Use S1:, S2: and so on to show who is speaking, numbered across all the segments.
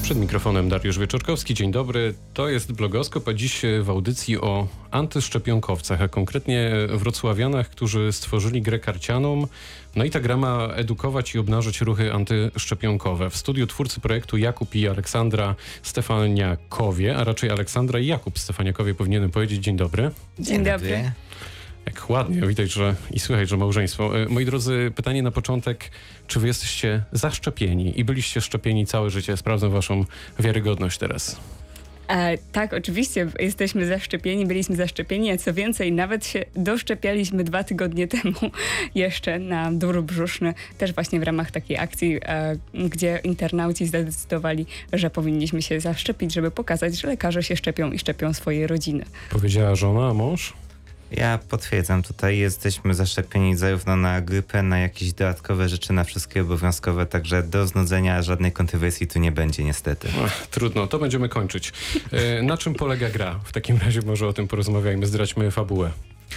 S1: Przed mikrofonem Dariusz Wieczorkowski. Dzień dobry. To jest Blogoskop, a dziś w audycji o antyszczepionkowcach, a konkretnie wrocławianach, którzy stworzyli grę karcianą. No i ta gra ma edukować i obnażyć ruchy antyszczepionkowe. W studiu twórcy projektu Jakub i Aleksandra Stefaniakowie, a raczej Aleksandra i Jakub Stefaniakowie powinienem powiedzieć dzień dobry.
S2: Dzień dobry.
S1: Jak ładnie, widać, że i słychać, że małżeństwo. Moi drodzy, pytanie na początek, czy wy jesteście zaszczepieni i byliście szczepieni całe życie? Sprawdzę waszą wiarygodność teraz.
S2: Tak, oczywiście jesteśmy zaszczepieni, byliśmy zaszczepieni, a co więcej, nawet się doszczepialiśmy 2 tygodnie temu jeszcze na dór brzuszny, też właśnie w ramach takiej akcji, gdzie internauci zdecydowali, że powinniśmy się zaszczepić, żeby pokazać, że lekarze się szczepią i szczepią swoje rodziny.
S1: Powiedziała żona, a mąż?
S3: Ja potwierdzam, tutaj jesteśmy zaszczepieni zarówno na grypę, na jakieś dodatkowe rzeczy, na wszystkie obowiązkowe, także do znudzenia żadnej kontrowersji tu nie będzie niestety.
S1: Trudno, to będziemy kończyć. Na czym polega gra? W takim razie może o tym porozmawiajmy, zdradźmy fabułę.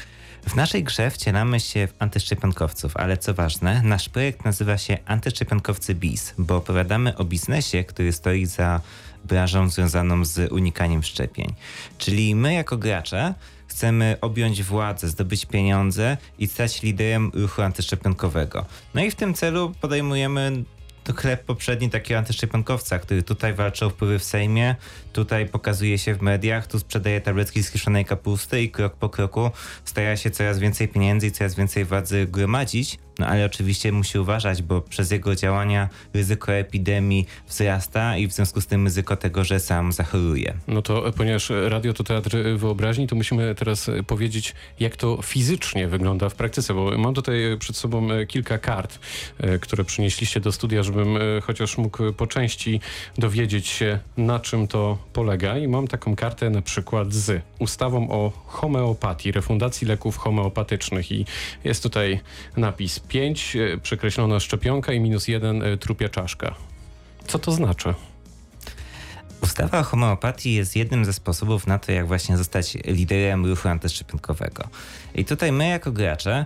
S3: W naszej grze wcielamy się w antyszczepionkowców, ale co ważne, nasz projekt nazywa się Antyszczepionkowcy Biz, bo opowiadamy o biznesie, który stoi za branżą związaną z unikaniem szczepień. Czyli my jako gracze chcemy objąć władzę, zdobyć pieniądze i stać liderem ruchu antyszczepionkowego. No i w tym celu podejmujemy chleb poprzedni takiego antyszczepionkowca, który tutaj walczy o wpływy w Sejmie, tutaj pokazuje się w mediach, tu sprzedaje tabletki z kiszonej kapusty i krok po kroku stara się coraz więcej pieniędzy i coraz więcej władzy gromadzić. No ale oczywiście musi uważać, bo przez jego działania ryzyko epidemii wzrasta i w związku z tym ryzyko tego, że sam zachoruje.
S1: No to ponieważ radio to teatr wyobraźni, to musimy teraz powiedzieć, jak to fizycznie wygląda w praktyce, bo mam tutaj przed sobą kilka kart, które przynieśliście do studia, żebym chociaż mógł po części dowiedzieć się, na czym to polega. I mam taką kartę na przykład z ustawą o homeopatii, refundacji leków homeopatycznych i jest tutaj napis 5, przekreślona szczepionka i -1 trupia czaszka. Co to znaczy?
S3: Ustawa o homeopatii jest jednym ze sposobów na to, jak właśnie zostać liderem ruchu antyszczepionkowego. I tutaj my jako gracze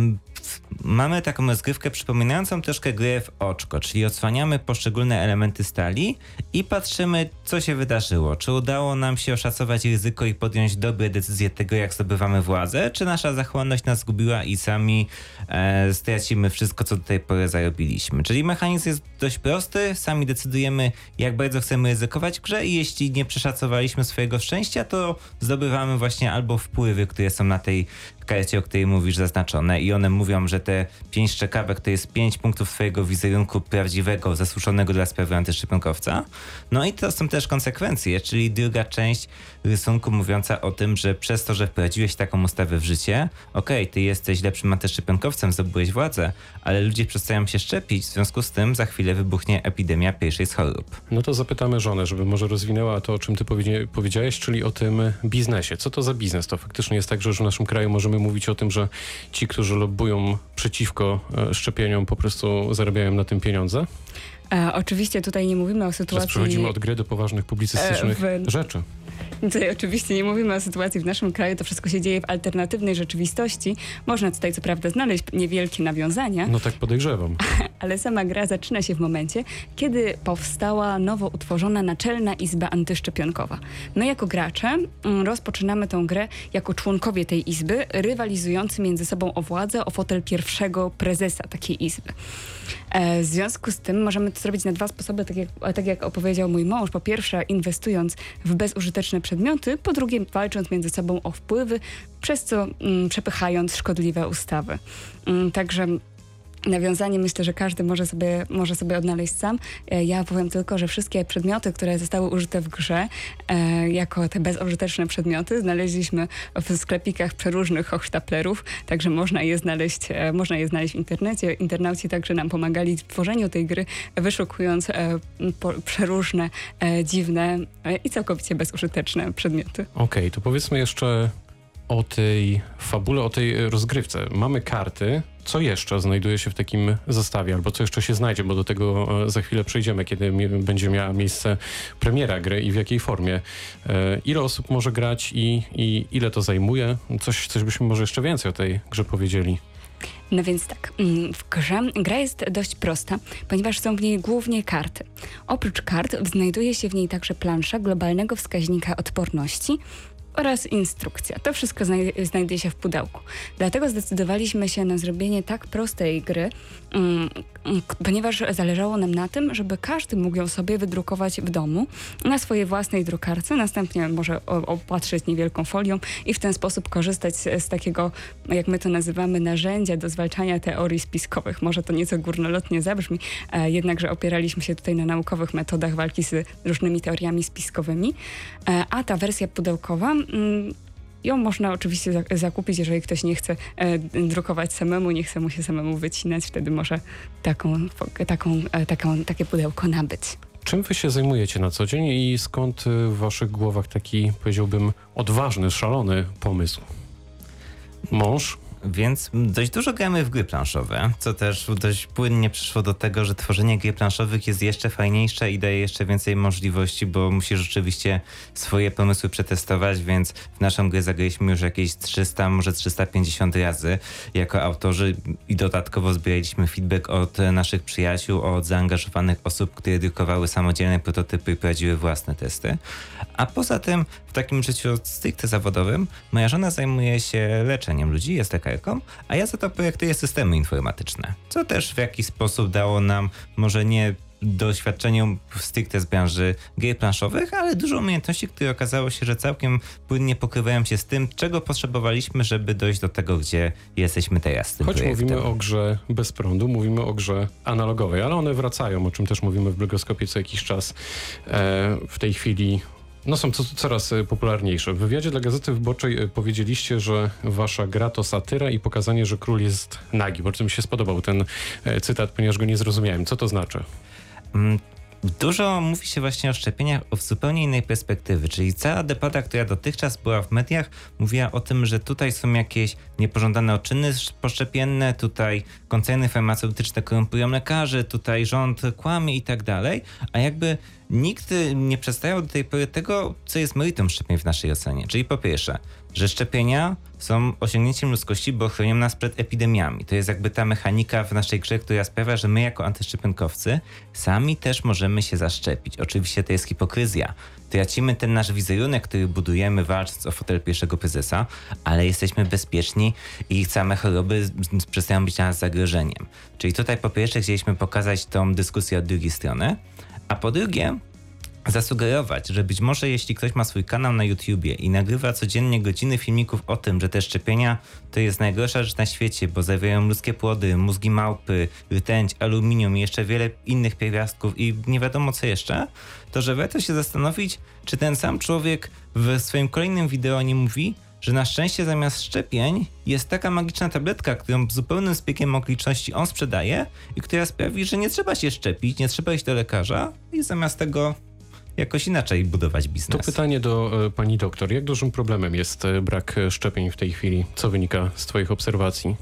S3: mamy taką rozgrywkę przypominającą troszkę grę w oczko, czyli odsłaniamy poszczególne elementy stali i patrzymy, co się wydarzyło. Czy udało nam się oszacować ryzyko i podjąć dobre decyzje tego, jak zdobywamy władzę, czy nasza zachłanność nas zgubiła i sami stracimy wszystko, co do tej pory zarobiliśmy. Czyli mechanizm jest dość prosty, sami decydujemy, jak bardzo chcemy ryzykować w grze i jeśli nie przeszacowaliśmy swojego szczęścia, to zdobywamy właśnie albo wpływy, które są na tej karcie, o której mówisz, zaznaczone i one mówią, że te 5 szczekawek to jest 5 punktów twojego wizerunku prawdziwego, zasłuszonego dla sprawy antyszczepionkowca. No i to są też konsekwencje, czyli druga część rysunku mówiąca o tym, że przez to, że wprowadziłeś taką ustawę w życie, ty jesteś lepszym antyszczepionkowcem, zdobyłeś władzę, ale ludzie przestają się szczepić, w związku z tym za chwilę wybuchnie epidemia pierwszej z chorób.
S1: No to zapytamy żonę, żeby może rozwinęła to, o czym ty powiedziałeś, czyli o tym biznesie. Co to za biznes? To faktycznie jest tak, że już w naszym kraju możemy mówić o tym, że ci, którzy lobbują przeciwko szczepieniom, po prostu zarabiają na tym pieniądze?
S2: Oczywiście tutaj nie mówimy o sytuacji...
S1: Teraz przechodzimy od gry do poważnych publicystycznych rzeczy.
S2: Tutaj oczywiście nie mówimy o sytuacji w naszym kraju, to wszystko się dzieje w alternatywnej rzeczywistości. Można tutaj co prawda znaleźć niewielkie nawiązania.
S1: No tak podejrzewam.
S2: Ale sama gra zaczyna się w momencie, kiedy powstała nowo utworzona Naczelna Izba Antyszczepionkowa. My jako gracze rozpoczynamy tę grę jako członkowie tej izby, rywalizujący między sobą o władzę, o fotel pierwszego prezesa takiej izby. W związku z tym możemy to zrobić na 2 sposoby, tak jak opowiedział mój mąż. Po pierwsze, inwestując w bezużyteczne przedmioty, po drugie, walcząc między sobą o wpływy, przez co przepychając szkodliwe ustawy. Także nawiązanie myślę, że każdy może sobie odnaleźć sam. Ja powiem tylko, że wszystkie przedmioty, które zostały użyte w grze jako te bezużyteczne przedmioty znaleźliśmy w sklepikach przeróżnych hochsztaplerów, także można je znaleźć w internecie. Internauci także nam pomagali w tworzeniu tej gry, wyszukując przeróżne, dziwne i całkowicie bezużyteczne przedmioty.
S1: Okej, to powiedzmy jeszcze o tej fabule, o tej rozgrywce. Mamy karty. Co jeszcze znajduje się w takim zestawie, albo co jeszcze się znajdzie, bo do tego za chwilę przejdziemy, kiedy będzie miała miejsce premiera gry i w jakiej formie. Ile osób może grać i ile to zajmuje? Coś byśmy może jeszcze więcej o tej grze powiedzieli.
S2: No więc tak, w grze gra jest dość prosta, ponieważ są w niej głównie karty. Oprócz kart znajduje się w niej także plansza globalnego wskaźnika odporności oraz instrukcja. To wszystko znajduje się w pudełku. Dlatego zdecydowaliśmy się na zrobienie tak prostej gry, ponieważ zależało nam na tym, żeby każdy mógł ją sobie wydrukować w domu na swojej własnej drukarce, następnie może opatrzyć niewielką folią i w ten sposób korzystać z takiego, jak my to nazywamy, narzędzia do zwalczania teorii spiskowych. Może to nieco górnolotnie zabrzmi, jednakże opieraliśmy się tutaj na naukowych metodach walki z różnymi teoriami spiskowymi, a ta wersja pudełkowa ją można oczywiście zakupić, jeżeli ktoś nie chce drukować samemu, nie chce mu się samemu wycinać, wtedy może takie pudełko nabyć.
S1: Czym wy się zajmujecie na co dzień i skąd w waszych głowach taki, powiedziałbym, odważny, szalony pomysł? Mąż?
S3: Więc dość dużo gramy w gry planszowe, co też dość płynnie przyszło do tego, że tworzenie gier planszowych jest jeszcze fajniejsze i daje jeszcze więcej możliwości, bo musisz rzeczywiście swoje pomysły przetestować, więc w naszą grę zagraliśmy już jakieś 300, może 350 razy jako autorzy i dodatkowo zbieraliśmy feedback od naszych przyjaciół, od zaangażowanych osób, które drukowały samodzielne prototypy i prowadziły własne testy. A poza tym w takim życiu stricte zawodowym moja żona zajmuje się leczeniem ludzi, jest lekarką, a ja za to projektuję systemy informatyczne, co też w jakiś sposób dało nam może nie doświadczenie stricte z branży gier planszowych, ale dużo umiejętności, które okazało się, że całkiem płynnie pokrywają się z tym, czego potrzebowaliśmy, żeby dojść do tego, gdzie jesteśmy teraz z tym projektem.
S1: Mówimy o grze bez prądu, mówimy o grze analogowej, ale one wracają, o czym też mówimy w Blogoskopie co jakiś czas. W tej chwili są coraz popularniejsze. W wywiadzie dla Gazety Wyborczej powiedzieliście, że wasza gra to satyra i pokazanie, że król jest nagi. Bardzo mi się spodobał ten cytat, ponieważ go nie zrozumiałem. Co to znaczy?
S3: Dużo mówi się właśnie o szczepieniach z zupełnie innej perspektywy, czyli cała debata, która dotychczas była w mediach, mówiła o tym, że tutaj są jakieś niepożądane odczyny poszczepienne, tutaj koncerny farmaceutyczne korumpują lekarzy, tutaj rząd kłamie i tak dalej, a jakby nikt nie przedstawiał do tej pory tego, co jest meritum szczepień w naszej ocenie. Czyli po pierwsze, że szczepienia są osiągnięciem ludzkości, bo chronią nas przed epidemiami. To jest jakby ta mechanika w naszej grze, która sprawia, że my jako antyszczepionkowcy sami też możemy się zaszczepić. Oczywiście to jest hipokryzja. Tracimy ten nasz wizerunek, który budujemy walcząc o fotel pierwszego prezesa, ale jesteśmy bezpieczni i same choroby przestają być dla nas zagrożeniem. Czyli tutaj po pierwsze chcieliśmy pokazać tą dyskusję od drugiej strony, a po drugie zasugerować, że być może jeśli ktoś ma swój kanał na YouTubie i nagrywa codziennie godziny filmików o tym, że te szczepienia to jest najgorsza rzecz na świecie, bo zawierają ludzkie płody, mózgi małpy, rtęć, aluminium i jeszcze wiele innych pierwiastków i nie wiadomo co jeszcze, to że warto się zastanowić, czy ten sam człowiek w swoim kolejnym wideo nie mówi, że na szczęście zamiast szczepień jest taka magiczna tabletka, którą z zupełnym zbiegiem okoliczności on sprzedaje i która sprawi, że nie trzeba się szczepić, nie trzeba iść do lekarza i zamiast tego jakoś inaczej budować biznes.
S1: To pytanie do pani doktor. Jak dużym problemem jest brak szczepień w tej chwili? Co wynika z twoich obserwacji?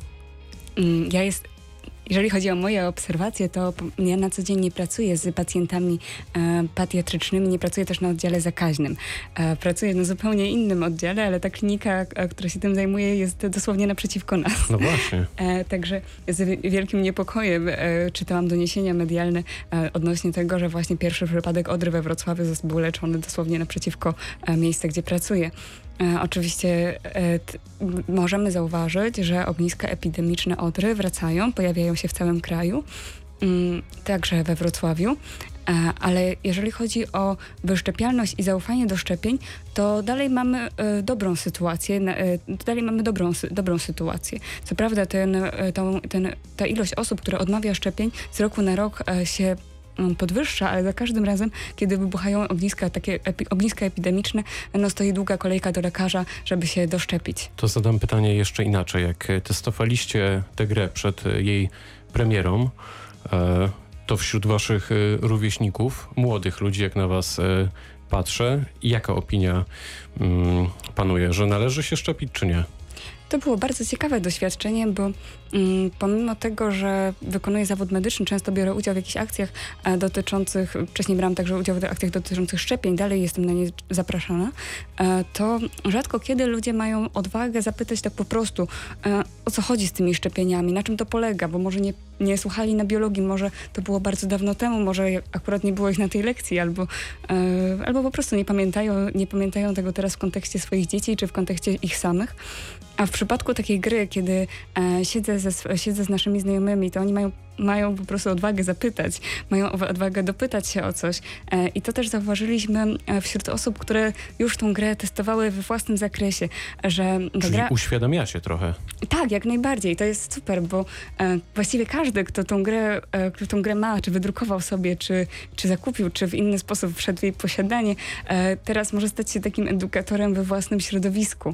S2: Jeżeli chodzi o moje obserwacje, to ja na co dzień nie pracuję z pacjentami pediatrycznymi, nie pracuję też na oddziale zakaźnym. Pracuję na zupełnie innym oddziale, ale ta klinika, która się tym zajmuje, jest dosłownie naprzeciwko nas.
S1: No właśnie.
S2: Także z wielkim niepokojem czytałam doniesienia medialne odnośnie tego, że właśnie pierwszy przypadek odry we Wrocławiu był leczony dosłownie naprzeciwko miejsca, gdzie pracuję. Oczywiście możemy zauważyć, że ogniska epidemiczne odry wracają, pojawiają się w całym kraju, także we Wrocławiu. Ale jeżeli chodzi o wyszczepialność i zaufanie do szczepień, to dalej mamy dobrą sytuację. Dobrą sytuację. Co prawda ta ilość osób, która odmawia szczepień z roku na rok się podwyższa, ale za każdym razem, kiedy wybuchają ogniska epidemiczne, stoi długa kolejka do lekarza, żeby się doszczepić.
S1: To zadam pytanie jeszcze inaczej. Jak testowaliście tę grę przed jej premierą, to wśród waszych rówieśników, młodych ludzi, jak na was patrzę, jaka opinia panuje, że należy się szczepić, czy nie?
S2: To było bardzo ciekawe doświadczenie, bo pomimo tego, że wykonuję zawód medyczny, często biorę udział w jakichś akcjach dotyczących, wcześniej brałam także udział w akcjach dotyczących szczepień, dalej jestem na nie zapraszana, to rzadko kiedy ludzie mają odwagę zapytać tak po prostu, o co chodzi z tymi szczepieniami, na czym to polega, bo może nie słuchali na biologii, może to było bardzo dawno temu, może akurat nie było ich na tej lekcji, albo po prostu nie pamiętają tego teraz w kontekście swoich dzieci, czy w kontekście ich samych. A w przypadku takiej gry, kiedy siedzę z naszymi znajomymi, to oni mają po prostu odwagę zapytać, mają odwagę dopytać się o coś. I to też zauważyliśmy wśród osób, które już tą grę testowały we własnym zakresie, że
S1: Czyli uświadamiacie trochę.
S2: Tak, jak najbardziej. To jest super, bo właściwie każdy, kto tą grę ma, czy wydrukował sobie, czy zakupił, czy w inny sposób wszedł w jej posiadanie, teraz może stać się takim edukatorem we własnym środowisku.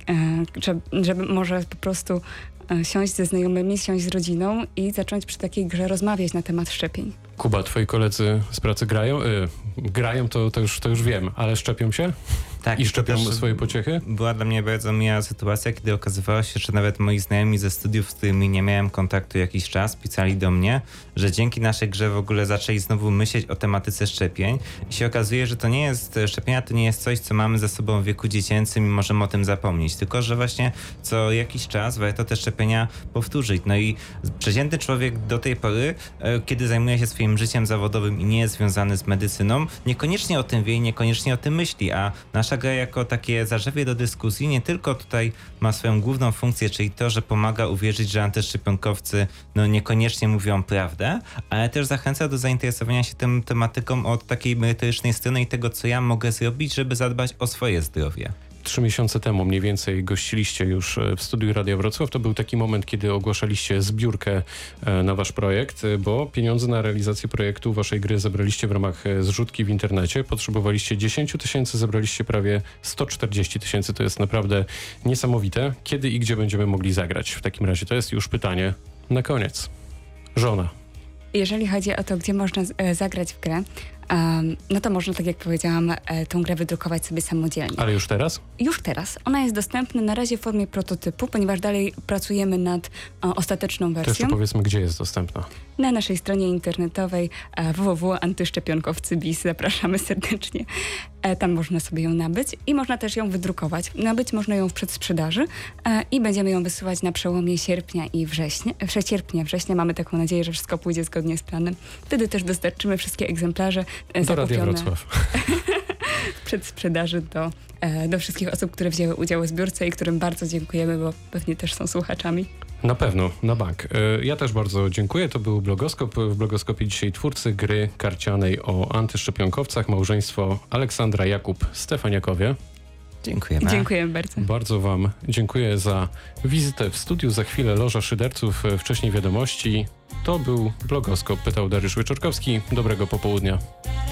S2: Żeby może po prostu siąść ze znajomymi, siąść z rodziną i zacząć przy takiej grze rozmawiać na temat szczepień.
S1: Kuba, twoi koledzy z pracy grają? Grają, to już wiem, ale szczepią się?
S3: Tak,
S1: i szczepią swoje pociechy?
S3: Była dla mnie bardzo miła sytuacja, kiedy okazywało się, że nawet moi znajomi ze studiów, z którymi nie miałem kontaktu jakiś czas, pisali do mnie, że dzięki naszej grze w ogóle zaczęli znowu myśleć o tematyce szczepień. I się okazuje, że szczepienia to nie jest coś, co mamy ze sobą w wieku dziecięcym i możemy o tym zapomnieć. Tylko, że właśnie co jakiś czas warto te szczepienia powtórzyć. No i przeciętny człowiek do tej pory, kiedy zajmuje się swoim życiem zawodowym i nie jest związany z medycyną, niekoniecznie o tym wie i niekoniecznie o tym myśli, a nasza gra jako takie zarzewie do dyskusji nie tylko tutaj ma swoją główną funkcję, czyli to, że pomaga uwierzyć, że antyszczepionkowcy niekoniecznie mówią prawdę, ale też zachęca do zainteresowania się tą tematyką od takiej merytorycznej strony i tego, co ja mogę zrobić, żeby zadbać o swoje zdrowie.
S1: 3 miesiące temu mniej więcej gościliście już w studiu Radia Wrocław. To był taki moment, kiedy ogłaszaliście zbiórkę na wasz projekt, bo pieniądze na realizację projektu waszej gry zebraliście w ramach zrzutki w internecie. Potrzebowaliście 10 000, zebraliście prawie 140 000. To jest naprawdę niesamowite. Kiedy i gdzie będziemy mogli zagrać? W takim razie to jest już pytanie na koniec. Żona.
S2: Jeżeli chodzi o to, gdzie można zagrać w grę, no to można, tak jak powiedziałam, tą grę wydrukować sobie samodzielnie.
S1: Ale już teraz?
S2: Już teraz. Ona jest dostępna na razie w formie prototypu, ponieważ dalej pracujemy nad ostateczną wersją.
S1: To jeszcze powiedzmy, gdzie jest dostępna.
S2: Na naszej stronie internetowej www.antyszczepionkowcy.biz. Zapraszamy serdecznie. Tam można sobie ją nabyć i można też ją wydrukować. Nabyć można ją w przedsprzedaży i będziemy ją wysyłać na przełomie sierpnia i września. Mamy taką nadzieję, że wszystko pójdzie zgodnie z planem. Wtedy też dostarczymy wszystkie egzemplarze
S1: do Radia Wrocław.
S2: w przedsprzedaży do wszystkich osób, które wzięły udział w zbiórce i którym bardzo dziękujemy, bo pewnie też są słuchaczami.
S1: Na pewno, na bank. Ja też bardzo dziękuję. To był Blogoskop. W Blogoskopie dzisiaj twórcy gry karcianej o antyszczepionkowcach, małżeństwo Aleksandra Jakub Stefaniakowie.
S3: Dziękujemy.
S2: Dziękujemy bardzo.
S1: Bardzo wam dziękuję za wizytę w studiu. Za chwilę Loża Szyderców, wcześniej wiadomości. To był Blogoskop, pytał Dariusz Wieczorkowski. Dobrego popołudnia.